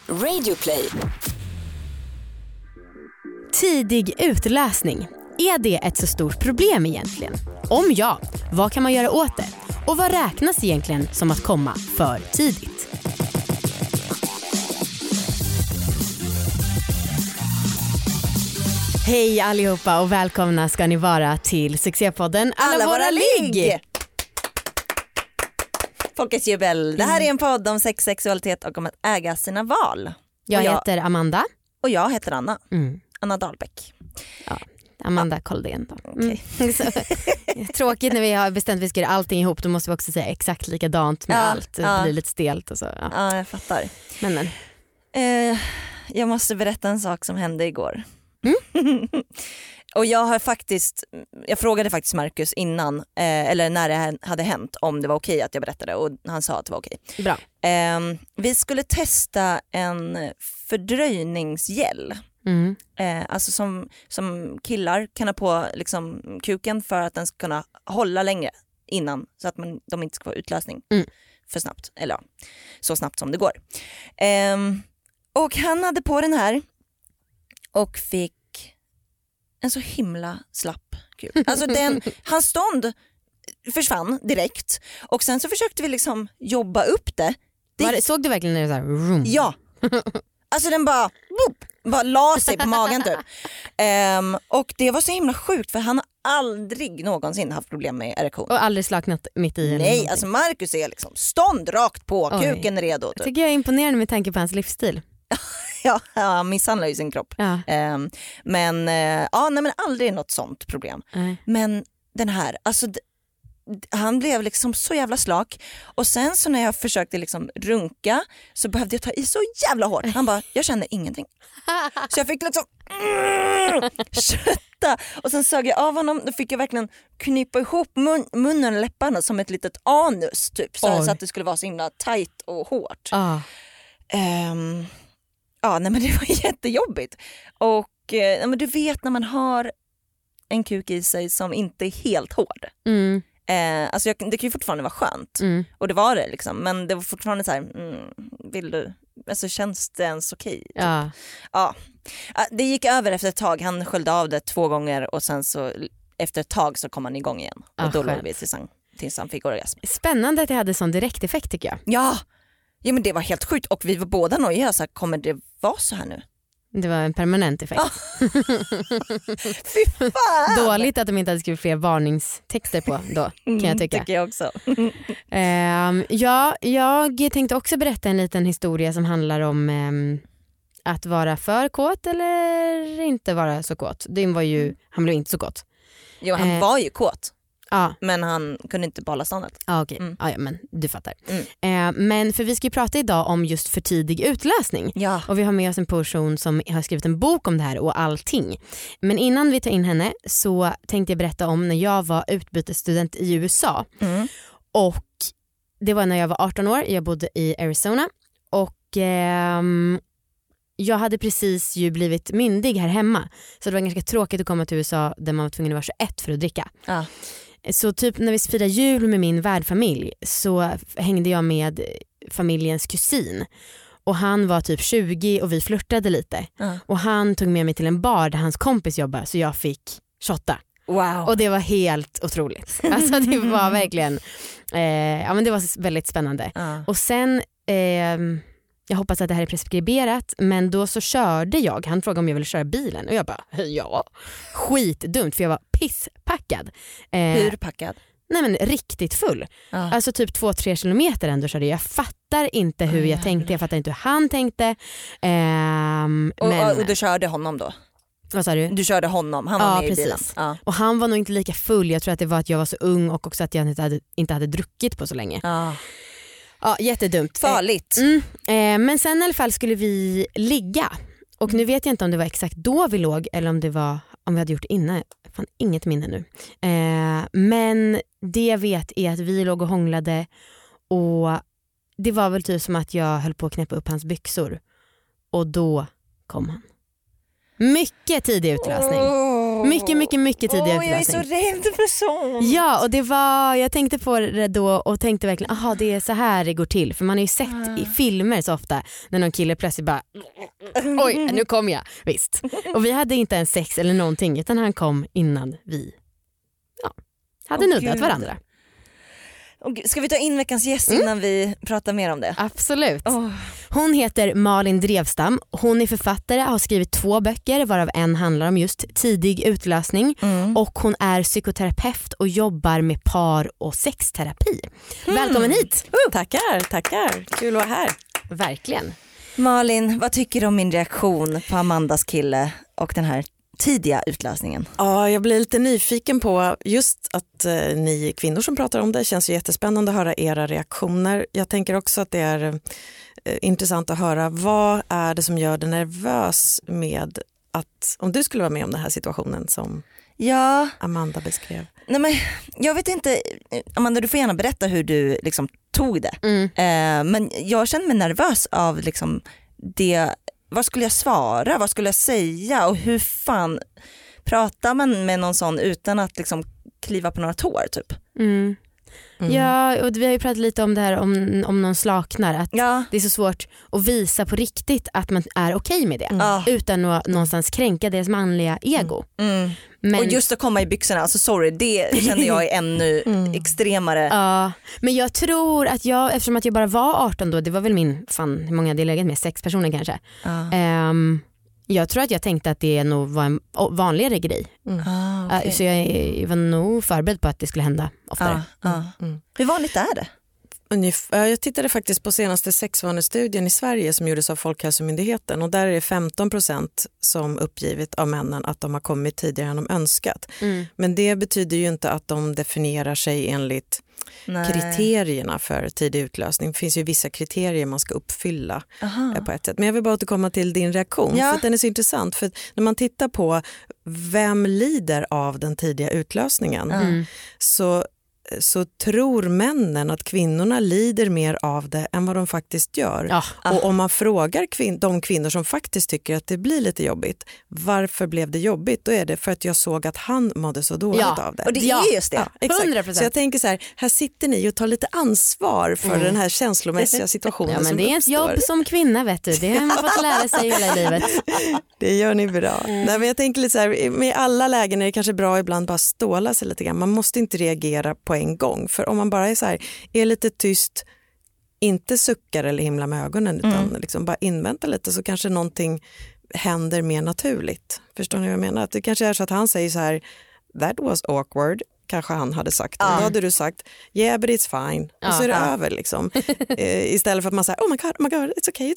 Radioplay. Tidig utlösning. Är det ett så stort problem egentligen? Om ja, vad kan man göra åt det? Och vad räknas egentligen som att komma för tidigt? Hej allihopa och välkomna ska ni vara till succépodden Alla våra ligg! Folkets jubel. Det här är en podd om sex, sexualitet och om att äga sina val. Jag heter Amanda. Och jag heter Anna. Anna Dahlbäck. Ja, Amanda Koldén då. Okay. Tråkigt när vi har bestämt att vi ska göra allting ihop. Då måste vi också säga exakt likadant med allt. Det blir lite stelt och så. Ja, jag fattar. Men. Jag måste berätta en sak som hände igår. Och jag frågade faktiskt Marcus innan eller när det hade hänt om det var okej att jag berättade, och han sa att det var okej. Bra. Vi skulle testa en fördröjningsgel. Alltså som killar kan ha på liksom kuken för att den ska kunna hålla längre innan, så att de inte ska få utlösning för snabbt, eller så snabbt som det går. Och han hade på den här och fick en så himla slapp kuk. Alltså hans stånd försvann direkt. Och sen så försökte vi liksom jobba upp det. Såg du verkligen när det så här vroom? Ja. Alltså den bara la sig på magen typ. Och det var så himla sjukt, för han har aldrig någonsin haft problem med erektion. Och aldrig slaknat mitt i. Nej, alltså Marcus är liksom stånd rakt på. Oj. Kuken är redo typ. Jag tycker jag är imponerande med tanke på hans livsstil. Ja, han misshandlar ju sin kropp. Ja. Men aldrig något sånt problem. Men den här, alltså han blev liksom så jävla slak. Och sen så när jag försökte liksom runka så behövde jag ta i så jävla hårt. Han bara, jag kände ingenting. Så jag fick liksom kötta. Och sen sög jag av honom. Då fick jag verkligen knypa ihop munnen och läpparna som ett litet anus typ, så att det skulle vara så himla tajt och hårt. Men det var jättejobbigt. Och men du vet när man har en kuk i sig som inte är helt hård. Alltså det kan ju fortfarande vara skönt. Och det var det liksom. Men det var fortfarande så här, vill du, alltså känns det ens okej? Typ. Ja. Det gick över efter ett tag. Han sköljde av det 2 gånger och sen så efter ett tag så kom han igång igen. Och då låg vi tills han fick orgasm. Spännande att det hade sån direkteffekt tycker jag. Ja, men det var helt sjukt. Och vi var båda nojiga, så kommer det vara så här nu? Det var en permanent effekt. Fy fan! Dåligt att de inte hade skrivit fler varningstexter på då, kan jag tycka. Tycker jag också. Jag tänkte också berätta en liten historia som handlar om att vara för kåt eller inte vara så kåt. Han blev inte så kåt. Jo, han var ju kåt. Ja. Men han kunde inte behålla ståndet. Okej. Ja, men du fattar. Men för vi ska ju prata idag om just för tidig utlösning. Ja. Och vi har med oss en person som har skrivit en bok om det här och allting. Men innan vi tar in henne så tänkte jag berätta om när jag var utbytesstudent i USA. Och det var när jag var 18 år. Jag bodde i Arizona. Och jag hade precis ju blivit myndig här hemma. Så det var ganska tråkigt att komma till USA där man var tvungen att vara 21 för att dricka. Så typ när vi firade jul med min värdfamilj så hängde jag med familjens kusin. Och han var typ 20 och vi flörtade lite. Och han tog med mig till en bar där hans kompis jobbade, så jag fick shotta. Wow. Och det var helt otroligt. Alltså det var verkligen men det var väldigt spännande. Och sen jag hoppas att det här är preskriberat, men då så körde jag. Han frågade om jag ville köra bilen och jag bara, ja. Skitdumt, för jag var pisspackad. Hur packad? Nej, men riktigt full. Alltså typ 2-3 kilometer ändå körde jag. Fattar inte hur jag tänkte. Jag fattar inte hur han tänkte. Och du körde honom då? Vad sa du? Du körde honom, han var med i bilen. Och han var nog inte lika full. Jag tror att det var att jag var så ung och också att jag inte hade druckit på så länge. Ja, jättedumt. Farligt. Men sen i alla fall skulle vi ligga. Och nu vet jag inte om det var exakt då vi låg eller om vi hade gjort det innan. Fan, inget minne nu. Men det jag vet är att vi låg och hånglade. Och det var väl typ som att jag höll på att knäppa upp hans byxor. Och då kom han. Mycket tidig utlösning. Mycket tidigare utlösning. Jag är så rädd för sånt. Ja, och jag tänkte på det då och tänkte verkligen, aha, det är så här det går till. För man har ju sett i filmer så ofta när någon kille plötsligt bara, oj, nu kom jag. Visst. Och vi hade inte ens sex eller någonting, utan han kom innan vi hade nuddat varandra. Ska vi ta in veckans gäst innan vi pratar mer om det? Absolut. Hon heter Malin Drevstam. Hon är författare, har skrivit 2 böcker varav en handlar om just tidig utlösning. Och hon är psykoterapeut och jobbar med par- och sexterapi. Välkommen hit! Tackar. Kul att vara här. Verkligen. Malin, vad tycker du om min reaktion på Amandas kille och den här tidiga utlösningen? Ja, jag blir lite nyfiken på just att ni kvinnor som pratar om det, känns ju jättespännande att höra era reaktioner. Jag tänker också att det är intressant att höra, vad är det som gör dig nervös med att, om du skulle vara med om den här situationen som Amanda beskrev? Nej, men jag vet inte, Amanda, du får gärna berätta hur du liksom tog det. Men jag känner mig nervös av liksom det. Vad skulle jag svara? Vad skulle jag säga? Och hur fan pratar man med någon sån utan att liksom kliva på några tår typ? Ja, och vi har ju pratat lite om det här om någon slaknar, att det är så svårt att visa på riktigt att man är okej med det utan att någonstans kränka deras manliga ego. Men, och just att komma i byxorna, alltså sorry, det känner jag är ännu extremare. Ja, men jag tror att eftersom att jag bara var 18 då, det var väl hur många hade jag legat med? 6 personer kanske. Jag tror att jag tänkte att det nog var en vanligare grej. Okay. Så jag var nog förberedd på att det skulle hända oftare. Hur vanligt är det? Jag tittade faktiskt på senaste sexvanestudien i Sverige som gjordes av Folkhälsomyndigheten, och där är det 15% som uppgivit av männen att de har kommit tidigare än de önskat. Men det betyder ju inte att de definierar sig enligt kriterierna för tidig utlösning. Det finns ju vissa kriterier man ska uppfylla på ett sätt. Men jag vill bara återkomma till din reaktion, för att den är så intressant. För när man tittar på vem lider av den tidiga utlösningen så tror männen att kvinnorna lider mer av det än vad de faktiskt gör. Och om man frågar de kvinnor som faktiskt tycker att det blir lite jobbigt, varför blev det jobbigt? Då är det för att jag såg att han mådde så dåligt av det. Och det är just det. Ja, exakt. 100%. Så jag tänker här sitter ni och tar lite ansvar för den här känslomässiga situationen. Ja, men som det är ens jobb som kvinna, vet du. Det har man fått lära sig hela livet. Det gör ni bra. Nej, men jag tänker lite så här, med alla lägen är det kanske bra ibland bara ståla sig lite grann. Man måste inte reagera på en gång. För om man bara är så här, är lite tyst, inte suckar eller himla med ögonen utan liksom bara invänta lite, så kanske någonting händer mer naturligt. Förstår ni vad jag menar? Att det kanske är så att han säger så här, that was awkward, kanske han hade sagt. Då hade du sagt, yeah but it's fine. Och så är det över liksom. Istället för att man säger, oh my god, it's okay.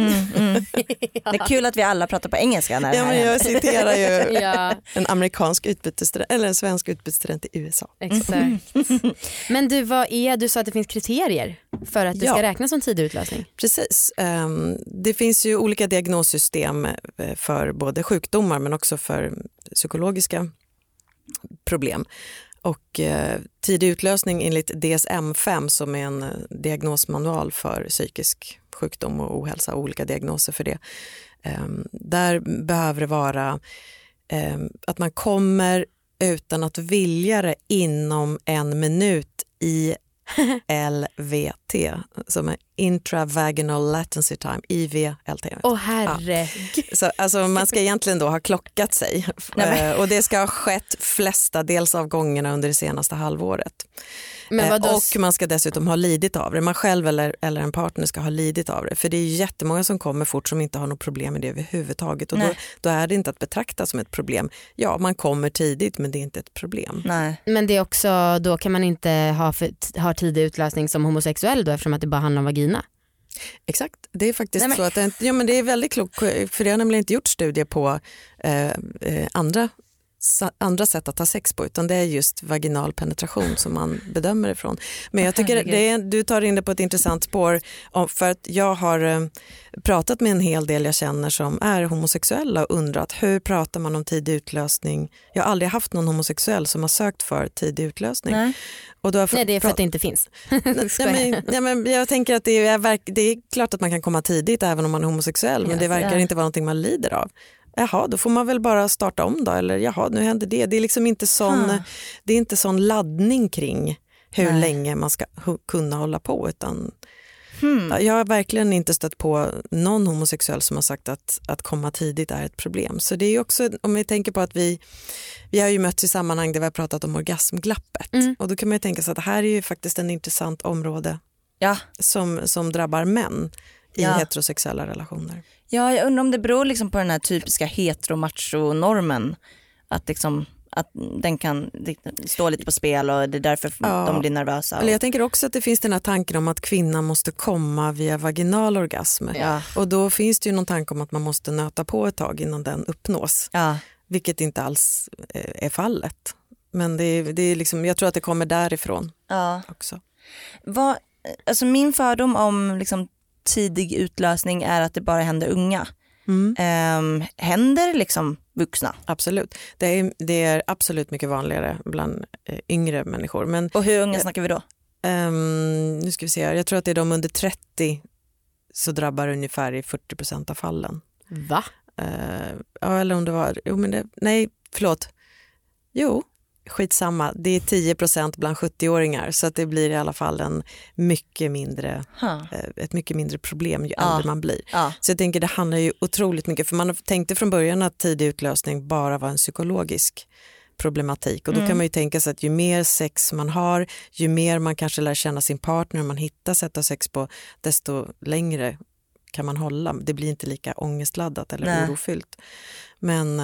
Det är kul att vi alla pratar på engelska när det här men jag citerar ju en amerikansk utbytesstudent eller en svensk utbytesstudent i USA. Exakt. Men du sa att det finns kriterier för att det ska räknas som tidig utlösning. Precis. Det finns ju olika diagnossystem för både sjukdomar men också för psykologiska problem. Och tidig utlösning enligt DSM-5 som är en diagnosmanual för psykisk sjukdom och ohälsa och olika diagnoser för det. Där behöver det vara att man kommer utan att vilja det inom 1 minut i LVT som är intravaginal latency time, IVLT. Så alltså man ska egentligen då ha klockat sig och det ska ha skett flestadels av gångerna under det senaste halvåret. Och man ska dessutom ha lidit av det. Man själv eller en partner ska ha lidit av det. För det är jättemånga som kommer fort som inte har något problem med det överhuvudtaget. Och då är det inte att betrakta som ett problem. Ja, man kommer tidigt men det är inte ett problem. Nej. Men det är också, då kan man inte ha tidig utlösning som homosexuell då, eftersom att det bara handlar om vagina. Exakt, det är faktiskt så att men det är väldigt klokt, för det har nämligen inte gjort studier på andra sätt att ha sex på, utan det är just vaginal penetration som man bedömer ifrån. Men jag tycker du tar in det på ett intressant spår, för att jag har pratat med en hel del jag känner som är homosexuella och undrat hur pratar man om tidig utlösning. Jag har aldrig haft någon homosexuell som har sökt för tidig utlösning. Nej, det är för att det inte finns. men jag tänker att det är klart att man kan komma tidigt även om man är homosexuell, men det verkar inte vara någonting man lider av. jaha, då får man väl bara starta om då, eller jaha, nu händer det. Det är liksom inte det är inte sån laddning kring hur länge man ska kunna hålla på, utan jag har verkligen inte stött på någon homosexuell som har sagt att komma tidigt är ett problem. Så det är också, om vi tänker på att vi har ju mötts i sammanhang där vi har pratat om orgasmglappet. Och då kan man ju tänka sig att det här är ju faktiskt en intressant område som drabbar män i heterosexuella relationer. Ja, jag undrar om det beror liksom på den här typiska hetero-macho-normen, att liksom att den kan stå lite på spel och det är därför de blir nervösa. Eller jag tänker också att det finns den här tanken om att kvinnan måste komma via vaginal orgasm. Och då finns det ju någon tanke om att man måste nöta på ett tag innan den uppnås. Vilket inte alls är fallet. Men det är liksom, jag tror att det kommer därifrån också. Alltså min fördom om liksom tidig utlösning är att det bara händer unga. Händer liksom vuxna? Absolut. Det är absolut mycket vanligare bland yngre människor. Men, och hur unga snackar vi då? Nu ska vi se här. Jag tror att det är de under 30 så drabbar ungefär i 40% av fallen. Va? Ja, eller om det var... skitsamma. Det är 10% bland 70-åringar, så att det blir i alla fall ett mycket mindre problem ju äldre man blir. Så jag tänker det handlar ju otroligt mycket, för man tänkte från början att tidig utlösning bara var en psykologisk problematik, och då kan man ju tänka sig att ju mer sex man har, ju mer man kanske lär känna sin partner, man hittar sätt att sex på, desto längre kan man hålla. Det blir inte lika ångestladdat eller orofyllt. Men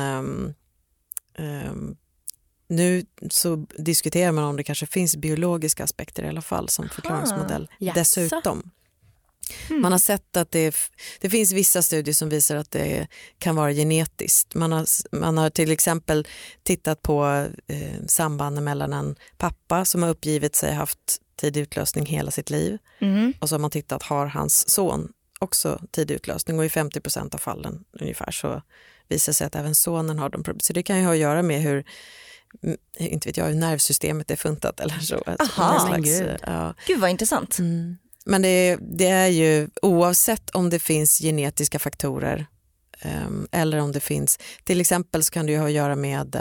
nu så diskuterar man om det kanske finns biologiska aspekter i alla fall som förklaringsmodell dessutom. Man har sett att det finns vissa studier som visar att det kan vara genetiskt. Man har till exempel tittat på sambanden mellan en pappa som har uppgivit sig haft tidig utlösning hela sitt liv, och så har man tittat, har hans son också tidig utlösning, och i 50% av fallen ungefär så visar sig att även sonen har de problem. Så det kan ju ha att göra med hur hur nervsystemet är funtat eller så. Gud vad intressant. Men det är ju, oavsett om det finns genetiska faktorer eller om det finns, till exempel så kan det ju ha att göra med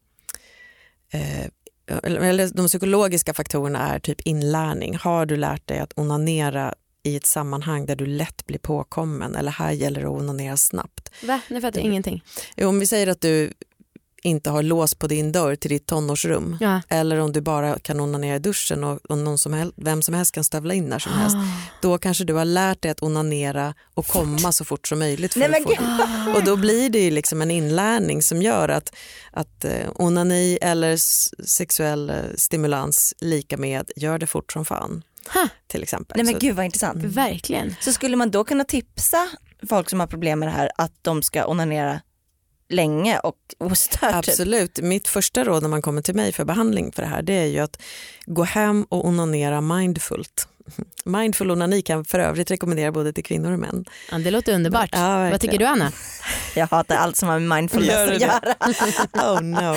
eller de psykologiska faktorerna är typ inlärning. Har du lärt dig att onanera i ett sammanhang där du lätt blir påkommen, eller här gäller det att onanera snabbt? Va? Nu fattar jag ingenting. Om vi säger att du inte har lås på din dörr till ditt tonårsrum, eller om du bara kan onanera i duschen och vem som helst kan stövla in när som helst, då kanske du har lärt dig att onanera och komma så fort som möjligt och då blir det ju liksom en inlärning som gör att onani eller sexuell stimulans lika med gör det fort som fan. Till exempel. Nej men gud vad intressant. Verkligen. Så skulle man då kunna tipsa folk som har problem med det här att de ska onanera länge och ostört? Absolut. Mitt första råd när man kommer till mig för behandling för det här, det är ju att gå hem och onanera mindfullt. Mindful onani kan för övrigt rekommendera både till kvinnor och män. Ja, det låter underbart. Ja, vad tycker du, Anna? Jag hatar allt som har med mindfulness att göra. Oh no.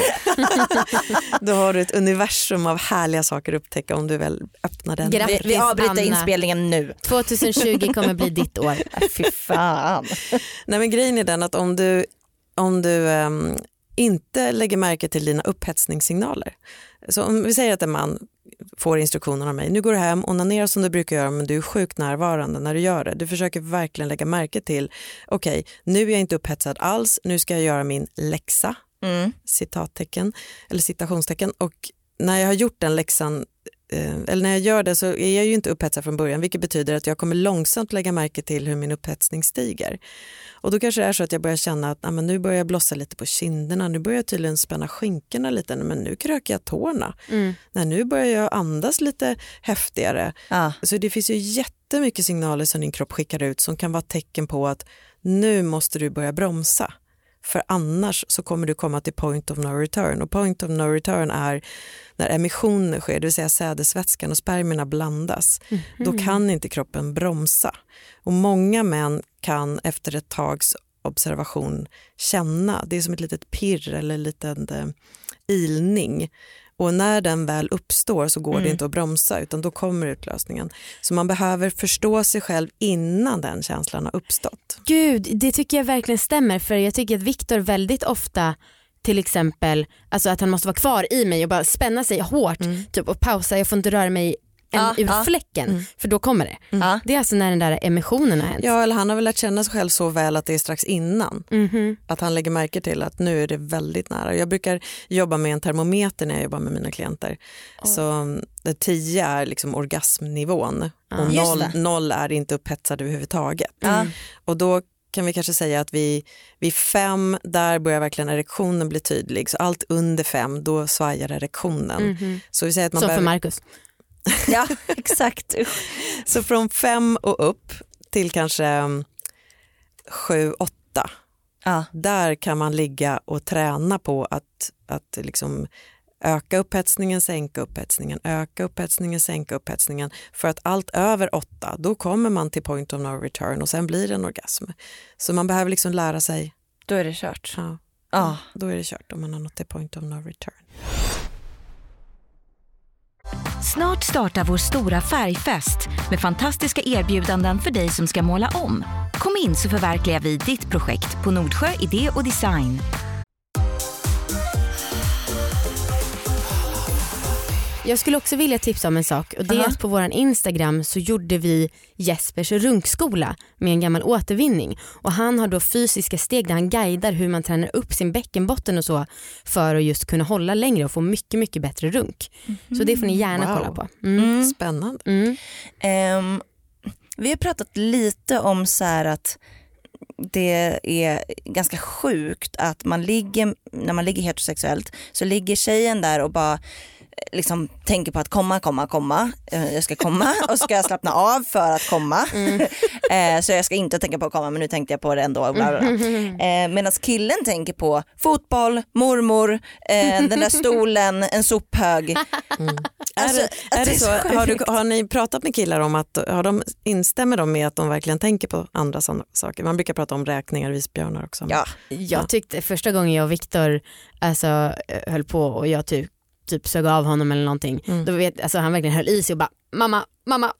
Då har du ett universum av härliga saker att upptäcka om du väl öppnar den. Grattis, vi avbryter Anna. Inspelningen nu. 2020 kommer bli ditt år. Fy fan. Nej, men grejen är den att om du inte lägger märke till dina upphetsningssignaler. Så om vi säger att en man får instruktioner av mig, nu går du hem, onanera som du brukar göra, men du är sjukt närvarande när du gör det. Du försöker verkligen lägga märke till, okej, nu är jag inte upphetsad alls, nu ska jag göra min läxa, citattecken eller citationstecken, och när jag har gjort den läxan, eller när jag gör det, så är jag ju inte upphetsad från början, vilket betyder att jag kommer långsamt lägga märke till hur min upphetsning stiger. Och då kanske det är så att jag börjar känna att men nu börjar jag blossa lite på kinderna, nu börjar jag tydligen spänna skinkorna lite, men nu kröker jag tårna. Nej, nu börjar jag andas lite häftigare. Så det finns ju jättemycket signaler som din kropp skickar ut som kan vara tecken på att nu måste du börja bromsa. För annars så kommer du komma till point of no return. Och point of no return är när emissioner sker, det vill säga sädesvätskan och spermierna blandas. Då kan inte kroppen bromsa. Och många män kan efter ett tags observation känna, det är som ett litet pirr eller en liten ilning. Och när den väl uppstår så går det inte att bromsa, utan då kommer utlösningen. Så man behöver förstå sig själv innan den känslan har uppstått. Gud, det tycker jag verkligen stämmer, för jag tycker att Viktor väldigt ofta till exempel, alltså att han måste vara kvar i mig och bara spänna sig hårt typ, och pausa, jag får inte röra mig ur fläcken för då kommer det. Det är alltså när den där emissionen har hänt. Ja, eller han har väl lärt känna sig själv så väl att det är strax innan. Att han lägger märke till att nu är det väldigt nära. Jag brukar jobba med en termometer när jag jobbar med mina klienter. Så 10 är liksom orgasmnivån och 0 är inte upphetsad överhuvudtaget. Och då kan vi kanske säga att vid 5 där börjar verkligen erektionen bli tydlig. Så allt under 5 då svajar erektionen. Så vi säger att man som för Marcus. Ja, exakt. Så från 5 och upp till kanske 7-8. Där kan man ligga och träna på att liksom öka upphetsningen, sänka upphetsningen, öka upphetsningen, sänka upphetsningen. För att allt över 8, då kommer man till point of no return och sen blir det en orgasm. Så man behöver liksom lära sig. Då är det kört. Ja, då är det kört om man har nått till point of no return. Snart startar vår stora färgfest med fantastiska erbjudanden för dig som ska måla om. Kom in så förverkligar vi ditt projekt på Nordsjö Idé och Design. Jag skulle också vilja tipsa om en sak, och det är att på våran Instagram så gjorde vi Jespers runkskola med en gammal återvinning, och han har då fysiska steg där han guidar hur man tränar upp sin bäckenbotten och så för att just kunna hålla längre och få mycket, mycket bättre runk. Så det får ni gärna kolla på. Spännande. Vi har pratat lite om så här att det är ganska sjukt att när man ligger heterosexuellt så ligger tjejen där och bara liksom tänker på att komma. Jag ska komma och ska jag slappna av för att komma. Så jag ska inte tänka på att komma, men nu tänkte jag på det ändå. Medan killen tänker på fotboll, mormor, den där stolen, en sophög. Alltså, är det så? Har ni pratat med killar om att instämmer de med att de verkligen tänker på andra sådana saker? Man brukar prata om räkningar och isbjörnar också. Ja. Jag tyckte första gången jag och Viktor höll på och jag typ sög av honom eller någonting. Då han verkligen höll i sig och bara mamma.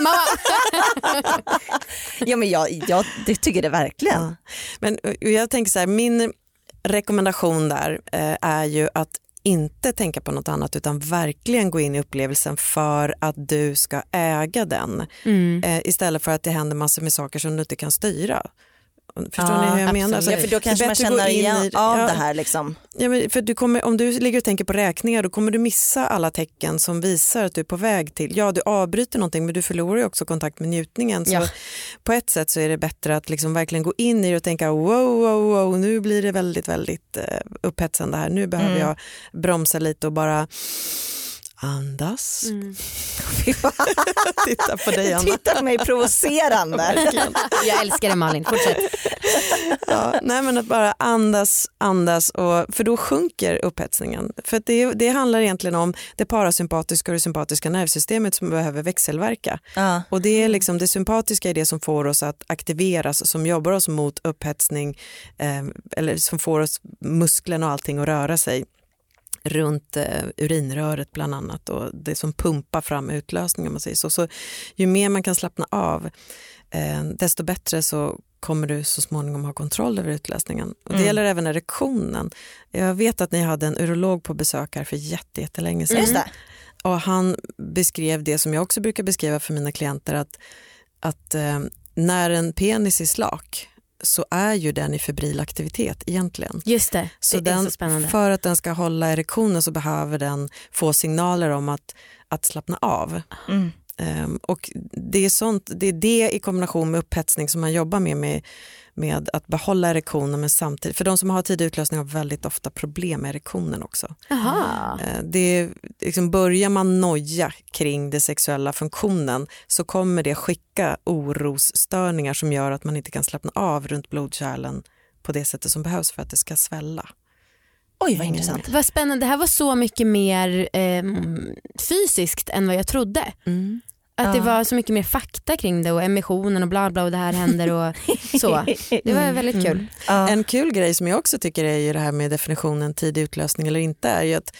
Ja, men jag det tycker det verkligen. Ja. Men jag tänker så här, min rekommendation där är ju att inte tänka på något annat utan verkligen gå in i upplevelsen för att du ska äga den. Istället för att det händer massor med saker som du inte kan styra. Förstår ni hur jag menar? Alltså, för då kanske man känner igen av det här liksom. Ja, men för om du ligger och tänker på räkningar, då kommer du missa alla tecken som visar att du är på väg till. Ja, du avbryter någonting, men du förlorar ju också kontakt med njutningen. Så på ett sätt så är det bättre att liksom verkligen gå in i det och tänka wow, nu blir det väldigt, väldigt upphetsande här. Nu behöver jag bromsa lite och bara andas. Titta på dig, Anna. Titta på mig provocerande. Jag älskar det, Malin. Fortsätt. Nej, men att bara andas och, för då sjunker upphetsningen. För det handlar egentligen om det parasympatiska och det sympatiska nervsystemet som behöver växelverka. Och det är liksom det sympatiska är det som får oss att aktiveras, som jobbar oss mot upphetsning eller som får oss musklerna och allting att röra sig runt urinröret bland annat, och det som pumpar fram utlösning om man säger så. Så ju mer man kan slappna av desto bättre så kommer du så småningom ha kontroll över utlösningen. Och det gäller även erektionen. Jag vet att ni hade en urolog på besök här för jättelänge sedan. Just det. Och han beskrev det som jag också brukar beskriva för mina klienter, att när en penis är slak så är ju den i febril aktivitet egentligen. Just det, så det är så spännande. För att den ska hålla erektionen så behöver den få signaler om att slappna av. Och det är det i kombination med upphetsning som man jobbar med att behålla erektionen, men samtidigt, för de som har tidig utlösning har väldigt ofta problem med erektionen också. Liksom, börjar man noja kring den sexuella funktionen så kommer det skicka orosstörningar som gör att man inte kan slappna av runt blodkärlen på det sättet som behövs för att det ska svälla. Oj, vad intressant. Vad spännande, det här var så mycket mer fysiskt än vad jag trodde. Att det var så mycket mer fakta kring det och emissionen och bla bla och det här händer och så. Det var väldigt kul. En kul grej som jag också tycker är ju det här med definitionen tidig utlösning eller inte är ju att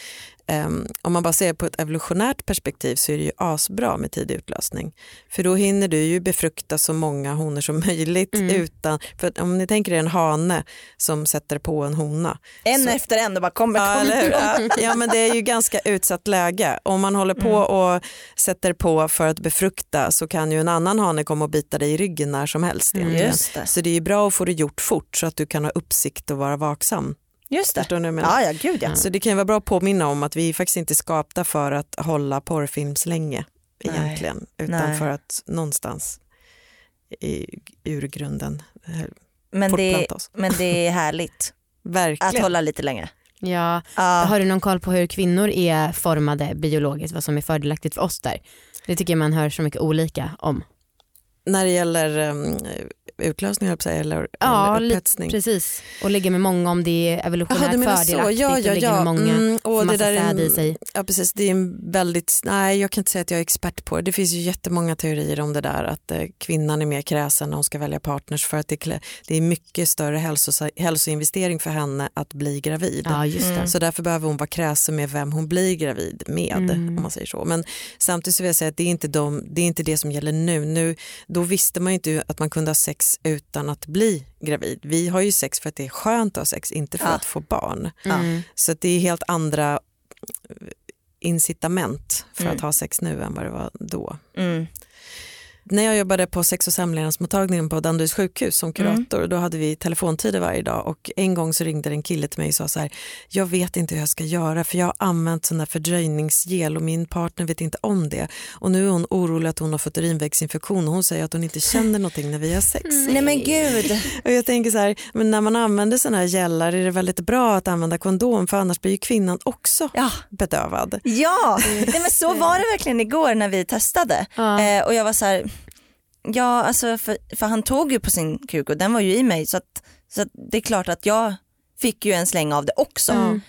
om man bara ser på ett evolutionärt perspektiv så är det ju asbra med tidig utlösning. För då hinner du ju befrukta så många honor som möjligt utan, för om ni tänker er en hane som sätter på en hona. Efter en och bara kommer. Ja, men det är ju ganska utsatt läge. Om man håller på och sätter på för att befrukta så kan ju en annan hane komma och bita dig i ryggen när som helst. Just det. Så det är ju bra att få det gjort fort så att du kan ha uppsikt och vara vaksam. Just det. Ja, gud ja. Så det kan ju vara bra att påminna om att vi faktiskt inte är skapta för att hålla porrfilms länge egentligen. Utan för att någonstans i urgrunden fortplanta oss. Men det är härligt. Verkligen. Att hålla lite längre. Ja, har du någon koll på hur kvinnor är formade biologiskt, vad som är fördelaktigt för oss där? Det tycker jag man hör så mycket olika om. När det gäller utlösning eller upphetsning. Precis. Och ligga med många om det är evolutionärt fördelaktigt. Ja. Ligga med många och massa det där säd i sig. Ja, precis. Det är en väldigt, nej, jag kan inte säga att jag är expert på det. Det finns ju jättemånga teorier om det där att kvinnan är mer kräsen när hon ska välja partners för att det är mycket större hälsoinvestering för henne att bli gravid. Ja, just det. Så därför behöver hon vara kräsen med vem hon blir gravid med, om man säger så. Men samtidigt så vill jag säga att det är inte det som gäller nu. Då visste man ju inte att man kunde ha sex utan att bli gravid. Vi har ju sex för att det är skönt att ha sex, inte för att få barn. Så att det är helt andra incitament för att ha sex nu än vad det var då. När jag jobbade på sex- och samlevnadsmottagningen på Danderyds sjukhus som kurator, då hade vi telefontider varje dag och en gång så ringde en kille till mig och sa så här: jag vet inte hur jag ska göra för jag har använt sån där fördröjningsgel och min partner vet inte om det och nu är hon orolig att hon har fått urinvägsinfektion och hon säger att hon inte känner någonting när vi har sex. Nej men gud. Och jag tänker så här, men när man använder såna här gällar är det väldigt bra att använda kondom för annars blir ju kvinnan också bedövad. Ja, nej, men så var det verkligen igår när vi testade och jag var så här. Ja, alltså för han tog ju på sin kuk och den var ju i mig så att det är klart att jag fick ju en släng av det också.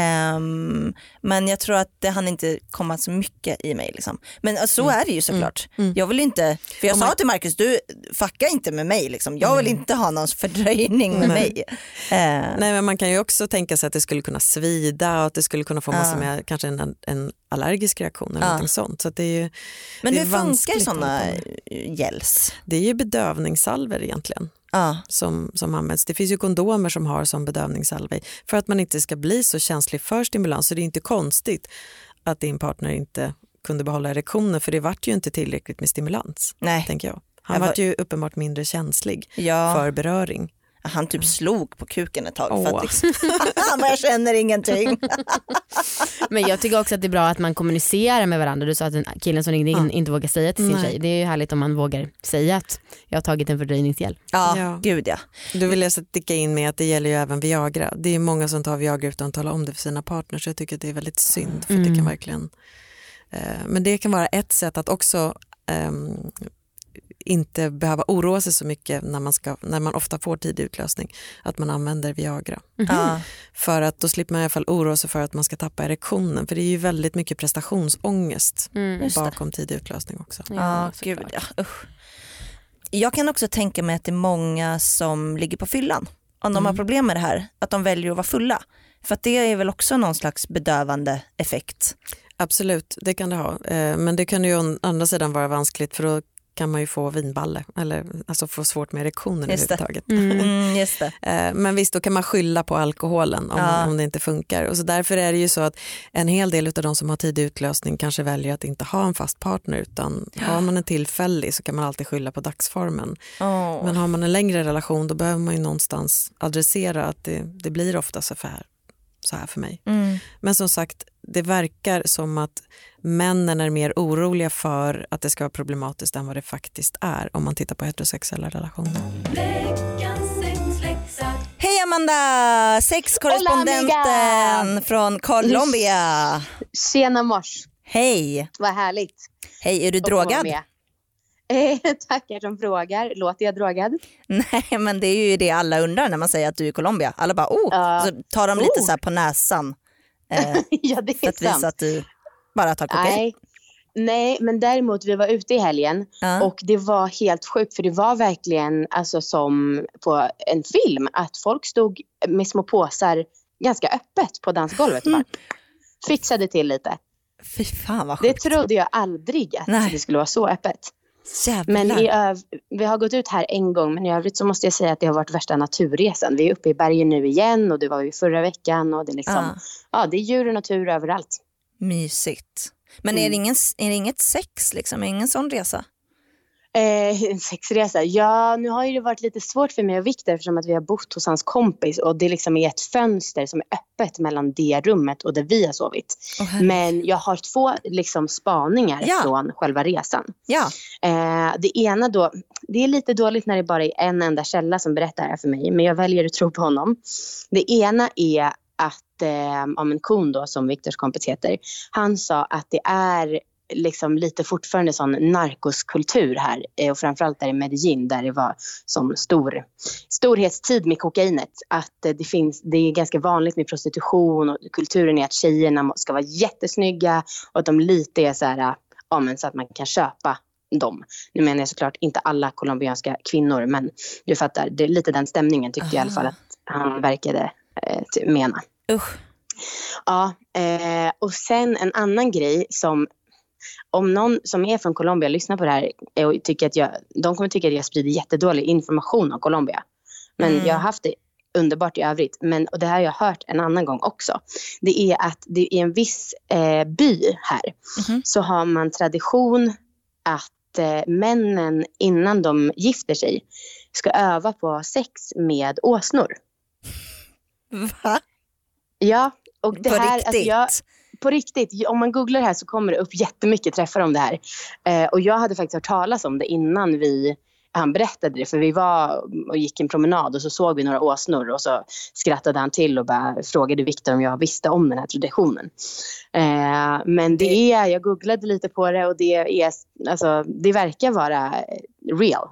Men jag tror att det hann inte komma så mycket i mig liksom. Men så är det ju såklart. Jag vill inte, för jag sa till Marcus, du fucka inte med mig liksom. Jag vill inte ha någon fördröjning med mig. Nej, men man kan ju också tänka sig att det skulle kunna svida och att det skulle kunna få massa med kanske en allergisk reaktion eller något sånt. Så att det är ju, men det hur funkar sådana gels? Det är ju bedövningssalver egentligen. Som används. Det finns ju kondomer som har som bedövningssalver för att man inte ska bli så känslig för stimulans. Så det är inte konstigt att din partner inte kunde behålla erektionen för det vart ju inte tillräckligt med stimulans. Nej. Tänker jag. Han var ju uppenbart mindre känslig för beröring. Han typ slog på kuken ett tag för att liksom, jag känner ingenting. Men jag tycker också att det är bra att man kommunicerar med varandra. Du sa att den killen som ringde in inte vågar säga till sin tjej. Det är ju härligt om man vågar säga att jag har tagit en fördröjningsgel. Ja, gud ja. Då vill jag sticka in med att det gäller ju även Viagra. Det är många som tar Viagra utan att tala om det för sina partners. Så jag tycker att det är väldigt synd för det kan verkligen men det kan vara ett sätt att också inte behöva oroa sig så mycket när man ofta får tidig utlösning att man använder Viagra. För att då slipper man i alla fall oroa sig för att man ska tappa erektionen för det är ju väldigt mycket prestationsångest bakom tidig utlösning också. Gud, jag kan också tänka mig att det är många som ligger på fyllan om de har problem med det här, att de väljer att vara fulla. För att det är väl också någon slags bedövande effekt. Absolut, det kan det ha. Men det kan ju å andra sidan vara vanskligt för då kan man ju få vinballe eller alltså få svårt med erektionen överhuvudtaget. Just det. Men visst, då kan man skylla på alkoholen om det inte funkar. Och så därför är det ju så att en hel del av de som har tidig utlösning kanske väljer att inte ha en fast partner utan har man en tillfällig så kan man alltid skylla på dagsformen. Men har man en längre relation då behöver man ju någonstans adressera att det blir ofta så här för mig. Men som sagt, det verkar som att männen är mer oroliga för att det ska vara problematiskt än vad det faktiskt är om man tittar på heterosexuella relationer. Hej Amanda, sexkorrespondenten från Colombia. Tjena mors. Hej. Vad härligt. Hej, är du drogad? Tackar som frågar. Låter jag drogad? Nej, men det är ju det alla undrar när man säger att du är i Colombia. Alla bara, så tar de lite så här på näsan. Ja, det är för att visa att du bara tar kokain. Nej, men däremot vi var ute i helgen och det var helt sjukt för det var verkligen alltså som på en film att folk stod med små påsar ganska öppet på dansgolvet. fixade till lite. Fy fan vad sjukt. Det trodde jag aldrig att det skulle vara så öppet. Jävlar. Men vi har gått ut här en gång, men i övrigt så måste jag säga att det har varit värsta naturresan. Vi är uppe i bergen nu igen och det var vi förra veckan och det är liksom, det är djur och natur överallt. Mysigt. Men är det inget sex liksom? Är det ingen sån resa? En sexresa. Ja, nu har ju det varit lite svårt för mig och Victor eftersom att vi har bott hos hans kompis och det liksom är ett fönster som är öppet mellan det rummet och där vi har sovit. Men jag har 2 liksom spaningar från själva resan. Ja. Det ena då, det är lite dåligt när det bara är en enda källa som berättar det här för mig, men jag väljer att tro på honom. Det ena är att en kon då, som Victors kompis heter, han sa att det är liksom lite fortfarande sån narkoskultur här och framförallt där i Medellin där det var som storhetstid med kokainet, att det är ganska vanligt med prostitution och kulturen är att tjejerna ska vara jättesnygga och att de lite är så här, så att man kan köpa dem. Nu menar jag såklart inte alla colombianska kvinnor, men du fattar, det är lite den stämningen tyckte jag i alla fall att han verkade mena. Ja, och sen en annan grej som om någon som är från Colombia lyssnar på det här och tycker att de kommer tycka att jag sprider jättedålig information om Colombia. Men jag har haft det underbart i övrigt. Och det här har jag hört en annan gång också. Det är att det är en viss by här. Så har man tradition att männen innan de gifter sig ska öva på sex med åsnor. Va? Ja, och det på här riktigt? På riktigt, om man googlar det här så kommer det upp jättemycket träffar om det här. Och jag hade faktiskt hört talas om det innan han berättade det. För vi var och gick en promenad och så såg vi några åsnor och så skrattade han till och bara frågade Victor om jag visste om den här traditionen. Men jag googlade lite på det och det verkar vara real.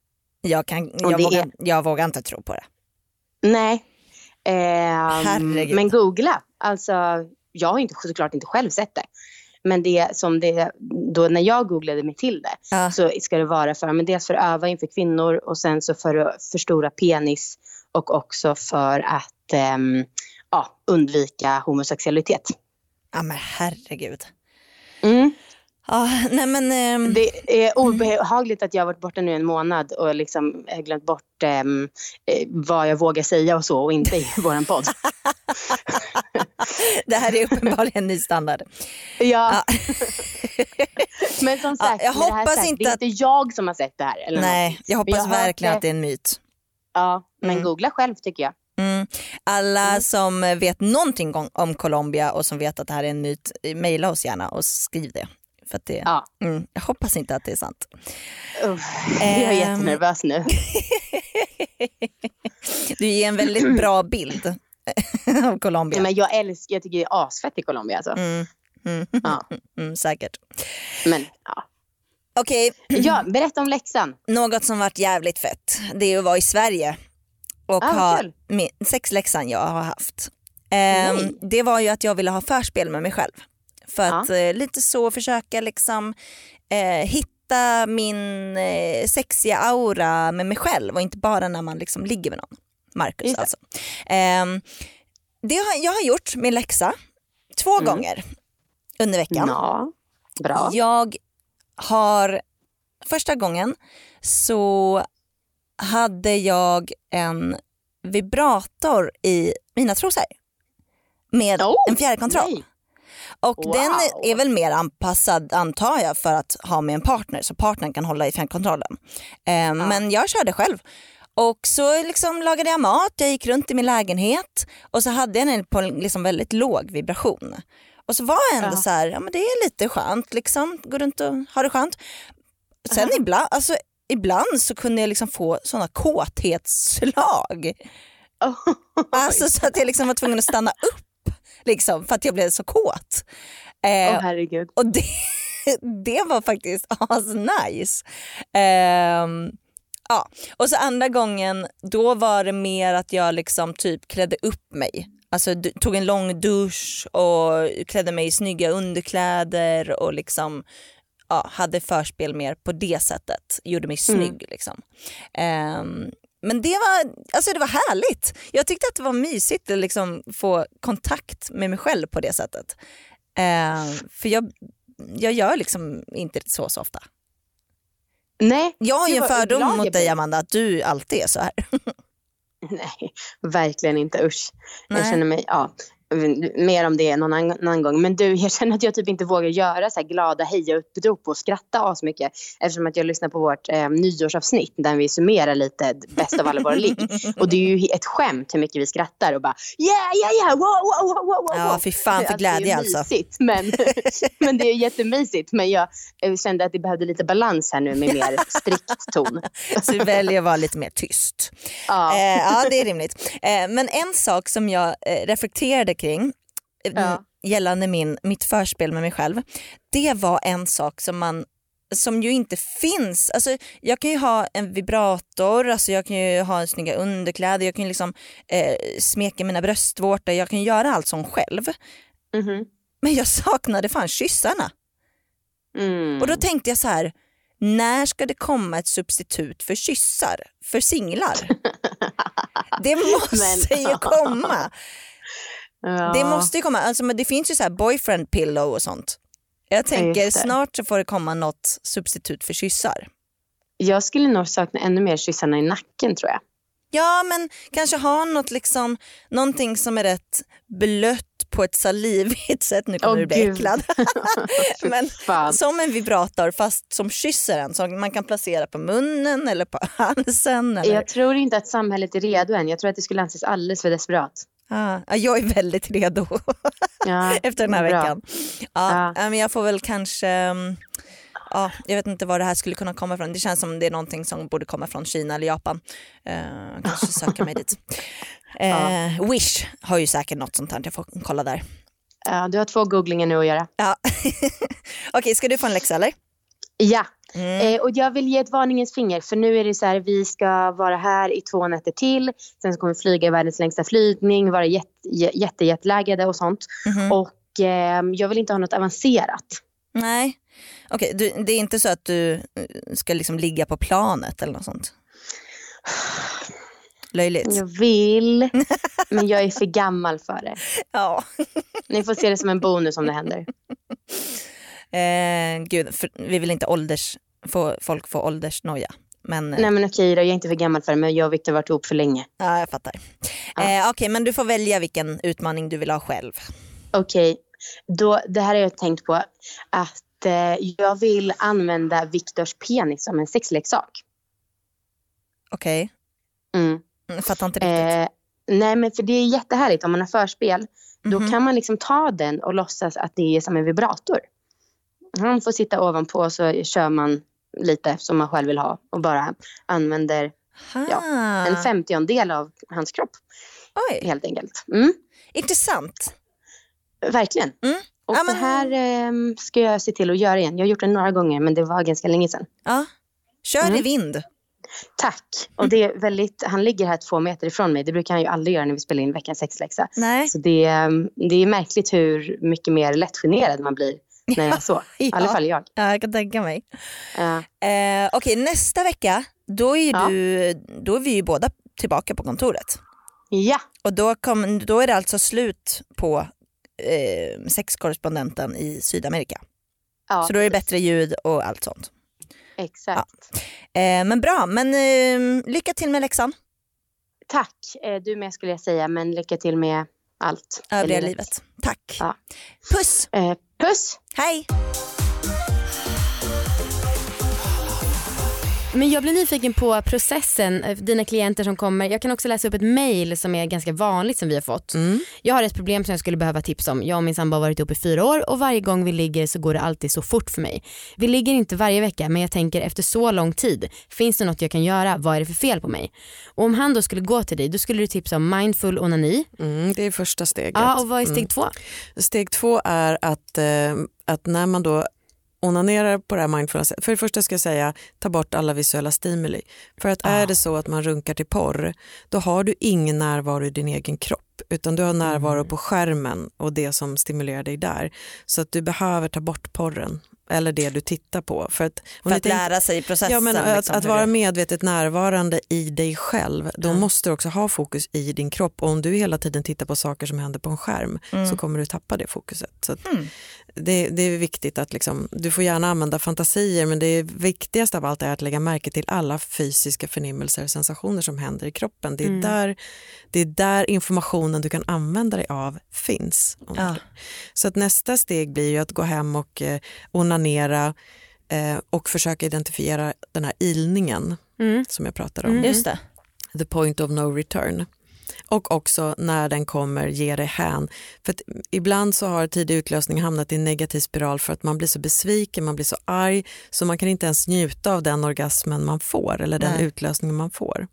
Jag vågar inte tro på det. Nej. Herregud. Men googla, alltså jag har såklart inte själv sett det. Men då när jag googlade mig till det så ska det vara dels för att öva inför kvinnor och sen så för att förstora penis och också för att undvika homosexualitet. Ja men herregud. Det är obehagligt att jag har varit borta nu en månad och liksom glömt bort vad jag vågar säga och så och inte i våran podd. Det här är uppenbarligen en ny standard. Ja. Men som sagt, jag hoppas det är inte jag som har sett det här. Eller nej, jag hoppas verkligen att det är en myt. Ja, men googla själv tycker jag. Alla som vet någonting om Colombia och som vet att det här är en myt, mejla oss gärna och skriv det. För att jag hoppas inte att det är sant. Jag är jättenervös nu. Du ger en väldigt bra bild av Colombia. Men jag tycker det är asfett i Colombia. Alltså. Säkert. Men Okej. Ja, berätta om läxan. Något som varit jävligt fett, det är att vara i Sverige och ha sexläxan jag har haft. Det var ju att jag ville ha förspel med mig själv. För att lite så försöka liksom hitta min sexiga aura med mig själv och inte bara när man liksom ligger med någon. Marcus alltså. Jag har gjort min läxa 2 gånger under veckan. Ja, bra. Första gången så hade jag en vibrator i mina trosor med en fjärrkontroll. Nej. Och den är väl mer anpassad antar jag för att ha med en partner så partnern kan hålla i fjärrkontrollen. Men jag körde själv. Och så liksom lagade jag mat, jag gick runt i min lägenhet och så hade jag den på liksom väldigt låg vibration. Och så var jag ändå så här, men det är lite skönt liksom, gå runt och ha det skönt. Sen ibland så kunde jag liksom få sådana kåthetsslag. Alltså så att jag liksom var tvungen att stanna upp liksom, för att jag blev så kåt. Herregud. Och det var faktiskt nice. Och så andra gången då var det mer att jag liksom typ klädde upp mig. Alltså tog en lång dusch och klädde mig i snygga underkläder och liksom hade förspel mer på det sättet. Gjorde mig snygg liksom. Men det var härligt. Jag tyckte att det var mysigt att liksom få kontakt med mig själv på det sättet. För jag gör liksom inte det så ofta. Nej. Jag har ju en fördom mot dig, Amanda, att du alltid är så här. Nej, verkligen inte. Usch. Jag känner mig, mer om det någon annan gång. Men du, jag känner att jag typ inte vågar göra så här glada heja-upprop och skratta så mycket. Eftersom att jag lyssnar på vårt nyårsavsnitt där vi summerar lite bäst av alla våra ligg. Och det är ju ett skämt hur mycket vi skrattar och bara yeah, wow. Ja, fy fan för glädje alltså. Mysigt, men det är jättemysigt. Men jag kände att det behövde lite balans här nu med mer strikt ton. Så du väljer att vara lite mer tyst. Ja, ja det är rimligt. Men en sak som jag reflekterade kring gällande mitt förspel med mig själv, det var en sak som ju inte finns. Alltså, jag kan ju ha en vibrator, alltså jag kan ju ha en snygga underkläder, jag kan ju liksom smeka mina bröstvårtor, jag kan göra allt som själv. Men jag saknade fan kyssarna. Och då tänkte jag så här, när ska det komma ett substitut för kyssar för singlar? Det måste ju komma. Ja. Det måste ju komma, alltså, men det finns ju så här boyfriend pillow och sånt. Jag tänker snart så får det komma något substitut för kyssar. Jag skulle nog sakna ännu mer kyssarna i nacken, tror jag. Ja, men kanske ha något liksom, någonting som är rätt blött på ett salivigt sätt. Nu kommer du bli äcklad. Men som en vibrator fast som kysser en, som man kan placera på munnen eller på halsen. Eller... Jag tror inte att samhället är redo än. Jag tror att det skulle anses alldeles för desperat. Jag är väldigt redo efter den här veckan. Men jag får väl kanske... jag vet inte var det här skulle kunna komma från. Det känns som det är någonting som borde komma från Kina eller Japan. Kanske söka mig dit. Wish har ju säkert något sånt här. Jag får kolla där. Ja, du har 2 googlingar nu att göra. Ja. Okej, ska du få en läxa eller? Ja. Och jag vill ge ett varningens finger. För nu är det så här, vi ska vara här i 2 nätter till. Sen så kommer vi flyga i världens längsta flygning. Vara jättelägade och sånt. Och jag vill inte ha något avancerat. Nej. Okej, det är inte så att du ska liksom ligga på planet eller något sånt? Löjligt. Jag vill, men jag är för gammal för det. Ja. Ni får se det som en bonus om det händer. Gud, vi vill inte folk få åldersnoja. Men, nej men okej då, jag är inte för gammal för det, men jag och Victor har varit ihop för länge. Ja, jag fattar. Okej, men du får välja vilken utmaning du vill ha själv. Okej, det här har jag tänkt på att jag vill använda Victors penis som en sexleksak. Okej. Jag fattar inte riktigt. Nej, men för det är jättehärligt om man har förspel. Då kan man liksom ta den och låtsas att det är som en vibrator. Han får sitta ovanpå och så kör man lite som man själv vill ha. Och bara använder en 50-del av hans kropp. Oj. Helt enkelt. Intressant. Verkligen. Och det här ska jag se till att göra igen. Jag har gjort det några gånger, men det var ganska länge sedan. Ja, kör i vind. Tack. Och det är väldigt, han ligger här 2 meter ifrån mig. Det brukar han ju aldrig göra när vi spelar in veckans sexläxa. Nej. Så det är märkligt hur mycket mer lättgenerad man blir när jag är så. I alla fall jag. Ja, jag kan tänka mig. Okej, nästa vecka då är vi ju båda tillbaka på kontoret. Ja. Och då är det alltså slut på sexkorrespondenten i Sydamerika. Ja, så då är det bättre ljud och allt sånt. Exakt. Men bra, men lycka till med läxan. Tack, du med skulle jag säga, men lycka till med allt. Övriga livet. Tack. Ja. Puss. Puss. Hej. Men jag blir nyfiken på processen, dina klienter som kommer. Jag kan också läsa upp ett mejl som är ganska vanligt som vi har fått. Jag har ett problem som jag skulle behöva tips om. Jag och min sambo har varit ihop i 4 år och varje gång vi ligger så går det alltid så fort för mig. Vi ligger inte varje vecka, men jag tänker efter så lång tid, finns det något jag kan göra? Vad är det för fel på mig? Och om han då skulle gå till dig, då skulle du tipsa om mindful onani. Det är första steget. Ja, och vad är steg 2? Steg 2 är att när man då onanerar på det här mindfulness. För det första ska jag säga, ta bort alla visuella stimuli. För att är det så att man runkar till porr, då har du ingen närvaro i din egen kropp, utan du har närvaro på skärmen och det som stimulerar dig där. Så att du behöver ta bort porren eller det du tittar på. För att lära sig processen. Ja, men liksom, att vara medvetet närvarande i dig själv, då måste du också ha fokus i din kropp. Och om du hela tiden tittar på saker som händer på en skärm så kommer du tappa det fokuset. Så att det är viktigt att liksom, du får gärna använda fantasier, men det viktigaste av allt är att lägga märke till alla fysiska förnimmelser och sensationer som händer i kroppen. Det är där informationen du kan använda dig av finns. Så att nästa steg blir ju att gå hem och onanera och försöka identifiera den här ilningen som jag pratade om. Just det. The point of no return. Och också när den kommer ge dig hän. För att ibland så har tidig utlösning hamnat i en negativ spiral för att man blir så besviken, man blir så arg så man kan inte ens njuta av den orgasmen man får eller den utlösningen man får.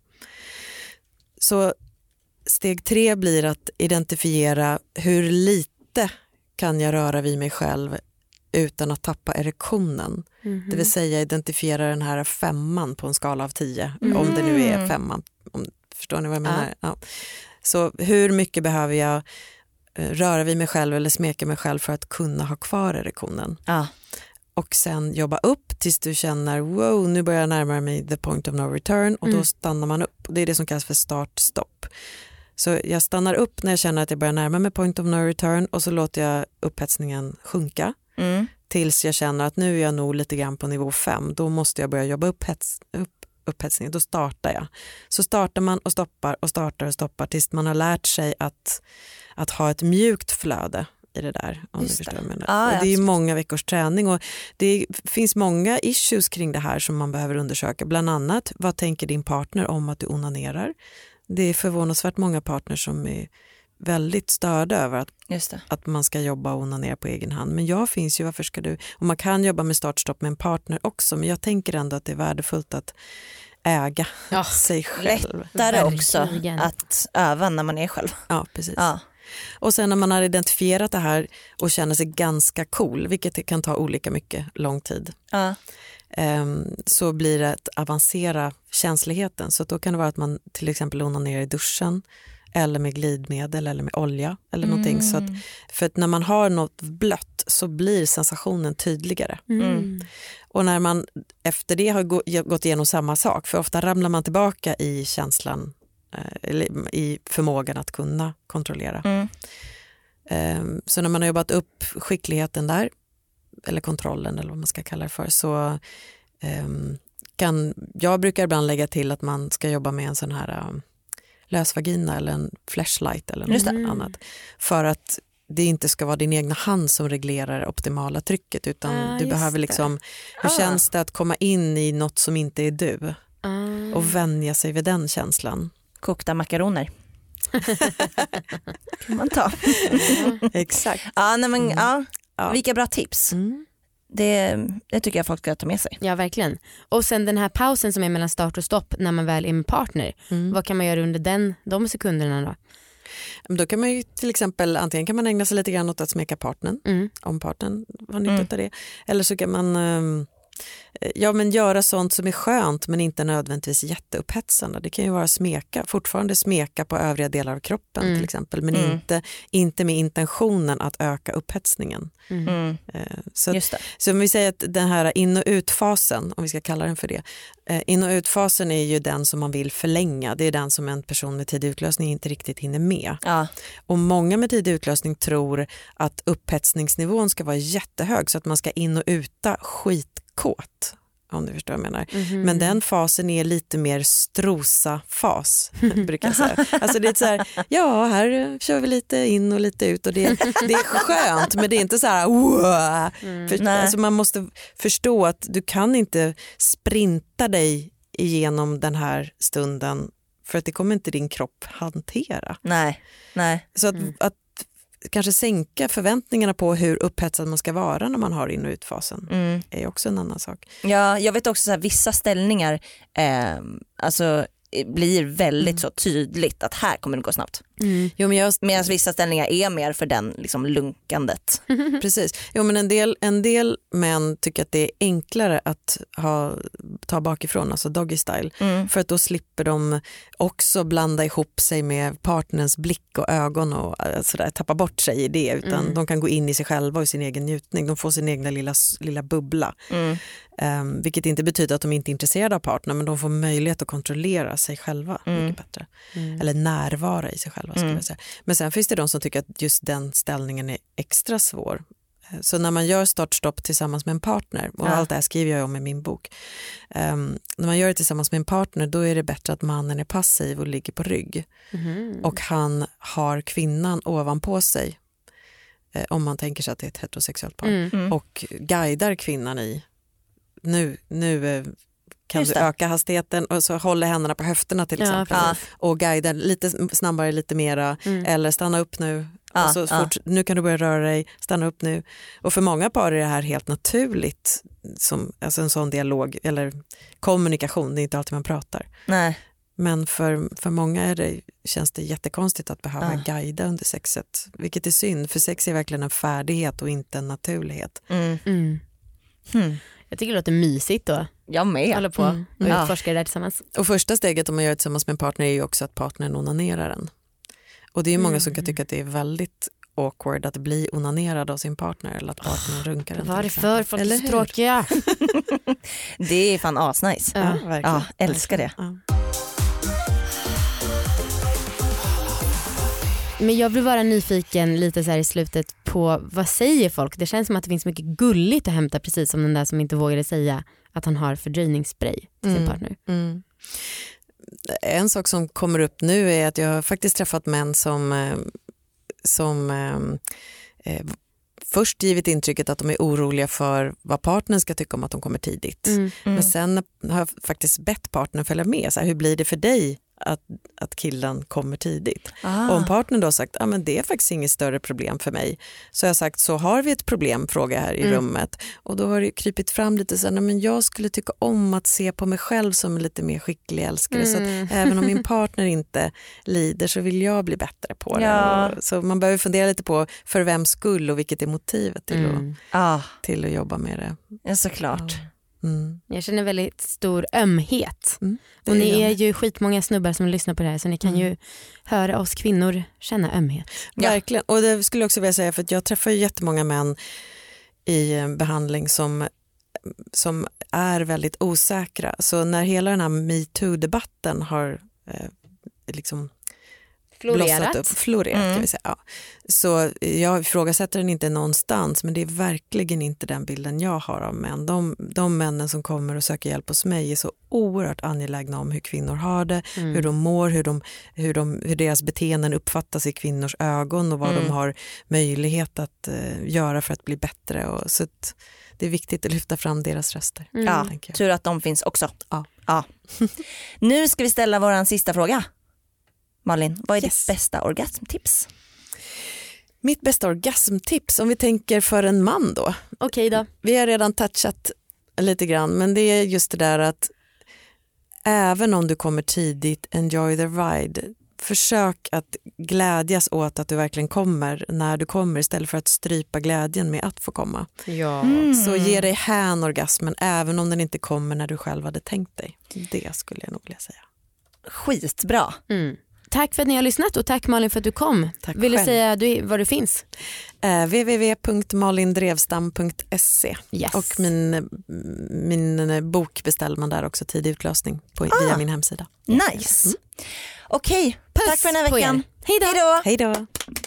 Så steg 3 blir att identifiera hur lite kan jag röra vid mig själv utan att tappa erektionen. Det vill säga identifiera den här 5 på en skala av 10, om det nu är 5. Förstår ni vad jag menar? Ja. Så hur mycket behöver jag röra vid mig själv eller smeka mig själv för att kunna ha kvar erektionen? Och sen jobba upp tills du känner wow, nu börjar jag närma mig the point of no return, och då stannar man upp. Det är det som kallas för start-stopp. Så jag stannar upp när jag känner att jag börjar närma mig point of no return, och så låter jag upphetsningen sjunka tills jag känner att nu är jag nog lite grann på nivå 5. Då måste jag börja jobba upp upphetsningen. Då startar jag. Så startar man och stoppar och startar och stoppar tills man har lärt sig att ha ett mjukt flöde i det där. Om du förstår vad jag menar. Och det är ju många veckors träning, och det finns många issues kring det här som man behöver undersöka. Bland annat, vad tänker din partner om att du onanerar? Det är förvånansvärt många partners som är väldigt störda över att man ska jobba och onanera på egen hand. Men jag finns ju, varför ska du? Och man kan jobba med startstopp med en partner också, men jag tänker ändå att det är värdefullt att äga sig själv. Lättare också att öva när man är själv. Ja, precis. Ja. Och sen när man har identifierat det här och känner sig ganska cool, vilket kan ta olika mycket lång tid, så blir det att avancera känsligheten. Så då kan det vara att man till exempel onanerar i duschen eller med glidmedel eller med olja eller någonting. Så att, för att när man har något blött så blir sensationen tydligare. Och när man efter det har gått igenom samma sak, för ofta ramlar man tillbaka i känslan eller i förmågan att kunna kontrollera. Så när man har jobbat upp skickligheten där, eller kontrollen eller vad man ska kalla det för, så jag brukar ibland lägga till att man ska jobba med en sån här lösvagina eller en flashlight eller något annat, för att det inte ska vara din egna hand som reglerar det optimala trycket, utan du behöver liksom, hur känns det att komma in i något som inte är du och vänja sig vid den känslan. Kokta makaroner kan man ta. Exakt. Vilka bra tips. Det tycker jag folk ska ta med sig. Ja, verkligen. Och sen den här pausen som är mellan start och stopp när man väl är med partner. Vad kan man göra under de sekunderna då? Då kan man ju till exempel, antingen kan man ägna sig lite grann åt att smeka partnern, om partnern har nytta av det. Eller så kan man göra sånt som är skönt men inte nödvändigtvis jätteupphetsande. Det kan ju vara fortfarande smeka på övriga delar av kroppen till exempel, men inte med intentionen att öka upphetsningen. Så om vi säger att den här in- och utfasen, om vi ska kalla den för det, in- och utfasen är ju den som man vill förlänga. Det är den som en person med tidig utlösning inte riktigt hinner med. Och många med tidig utlösning tror att upphetsningsnivån ska vara jättehög så att man ska in- och uta skitkåt, om du förstår vad jag menar. Men den fasen är lite mer strosa-fas, brukar jag säga. Alltså det är så här, här kör vi lite in och lite ut, och det är skönt, men det är inte så här alltså man måste förstå att du kan inte sprinta dig igenom den här stunden, för att det kommer inte din kropp hantera. Nej. Så att kanske sänka förväntningarna på hur upphetsad man ska vara när man har in- och utfasen är också en annan sak. Ja, jag vet också att vissa ställningar blir väldigt så tydligt att här kommer det gå snabbt. Jo, men medan vissa ställningar är mer för den liksom lunkandet. Precis. Jo, men en del män tycker att det är enklare att ta bakifrån, alltså doggy style. För att då slipper de också blanda ihop sig med partners blick och ögon och sådär, tappa bort sig i det. Utan de kan gå in i sig själva och sin egen njutning. De får sin egna lilla bubbla. Vilket inte betyder att de inte är intresserade av partner, men de får möjlighet att kontrollera sig själva mycket bättre. Eller närvara i sig själva skulle jag säga. Men sen finns det de som tycker att just den ställningen är extra svår. Så när man gör startstopp tillsammans med en partner, och allt det här skriver jag om i min bok. När man gör det tillsammans med en partner, då är det bättre att mannen är passiv och ligger på rygg. Och han har kvinnan ovanpå sig, om man tänker sig att det är ett heterosexuellt par. Och guidar kvinnan i nu kan du öka hastigheten och så håller händerna på höfterna till exempel. Och guidar lite snabbare, lite mera. Eller stanna upp nu. Och så fort, nu kan du börja röra dig, stanna upp nu. Och för många par är det här helt naturligt. Alltså en sån dialog eller kommunikation, det är inte alltid man pratar. Nej. Men för många känns det jättekonstigt att behöva guida under sexet. Vilket är synd, för sex är verkligen en färdighet och inte en naturlighet. Jag tycker det låter mysigt då. Jag med. Hålla på och utforska det där tillsammans. Och första steget om man gör det tillsammans med en partner är ju också att partnern onanerar en. Och det är ju många som kan tycka att det är väldigt awkward att bli onanerad av sin partner eller att partnern runkar en. Varför? Folk är så tråkiga. Det är fan asnice. Ja, verkligen. Ja, älskar det. Ja. Men jag blir bara nyfiken lite så här i slutet på vad säger folk? Det känns som att det finns mycket gulligt att hämta, precis som den där som inte vågade säga att han har fördröjningsspray till sin partner. En sak som kommer upp nu är att jag har faktiskt träffat män som först givit intrycket att de är oroliga för vad partnern ska tycka om att de kommer tidigt. Men sen har jag faktiskt bett partnern följa med. Så här, hur blir det för dig att killen kommer tidigt? Och om partnern då har sagt men det är faktiskt inget större problem för mig, så har jag sagt, så har vi ett problem, fråga här i rummet. Och då har det krypit fram lite så här, men jag skulle tycka om att se på mig själv som en lite mer skicklig älskare, så att även om min partner inte lider så vill jag bli bättre på det. Så man behöver fundera lite på för vems skull och vilket är motivet till att jobba med det. Ja, såklart. Jag känner väldigt stor ömhet. Och ni är ju skitmånga snubbar som lyssnar på det här, så ni kan ju höra oss kvinnor känna ömhet. Verkligen, och det skulle jag också vilja säga, för att jag träffar ju jättemånga män i behandling som är väldigt osäkra. Så när hela den här MeToo-debatten har liksom florerat kan vi säga. Ja. Så jag ifrågasätter den inte någonstans, men det är verkligen inte den bilden jag har av män. De männen som kommer och söker hjälp hos mig är så oerhört angelägna om hur kvinnor har det, hur de mår, hur deras beteenden uppfattas i kvinnors ögon och vad de har möjlighet att göra för att bli bättre. Och så att det är viktigt att lyfta fram deras röster. Ja, tur att de finns också. Ja. Nu ska vi ställa våran sista fråga. Malin, vad är ditt bästa orgasmtips? Mitt bästa orgasmtips, om vi tänker för en man då. Okej då. Vi har redan touchat lite grann, men det är just det där att även om du kommer tidigt, enjoy the ride. Försök att glädjas åt att du verkligen kommer när du kommer, istället för att strypa glädjen med att få komma. Ja. Så ge dig hän orgasmen även om den inte kommer när du själv hade tänkt dig. Det skulle jag nog vilja säga. Skitbra. Tack för att ni har lyssnat, och tack Malin för att du kom. Tack. Vill du säga var du finns? www.malindrevstam.se. Och min bok beställer man där också, tidig utlösning via min hemsida. Nice. Okej, tack för den här veckan. Hej då. Hej då.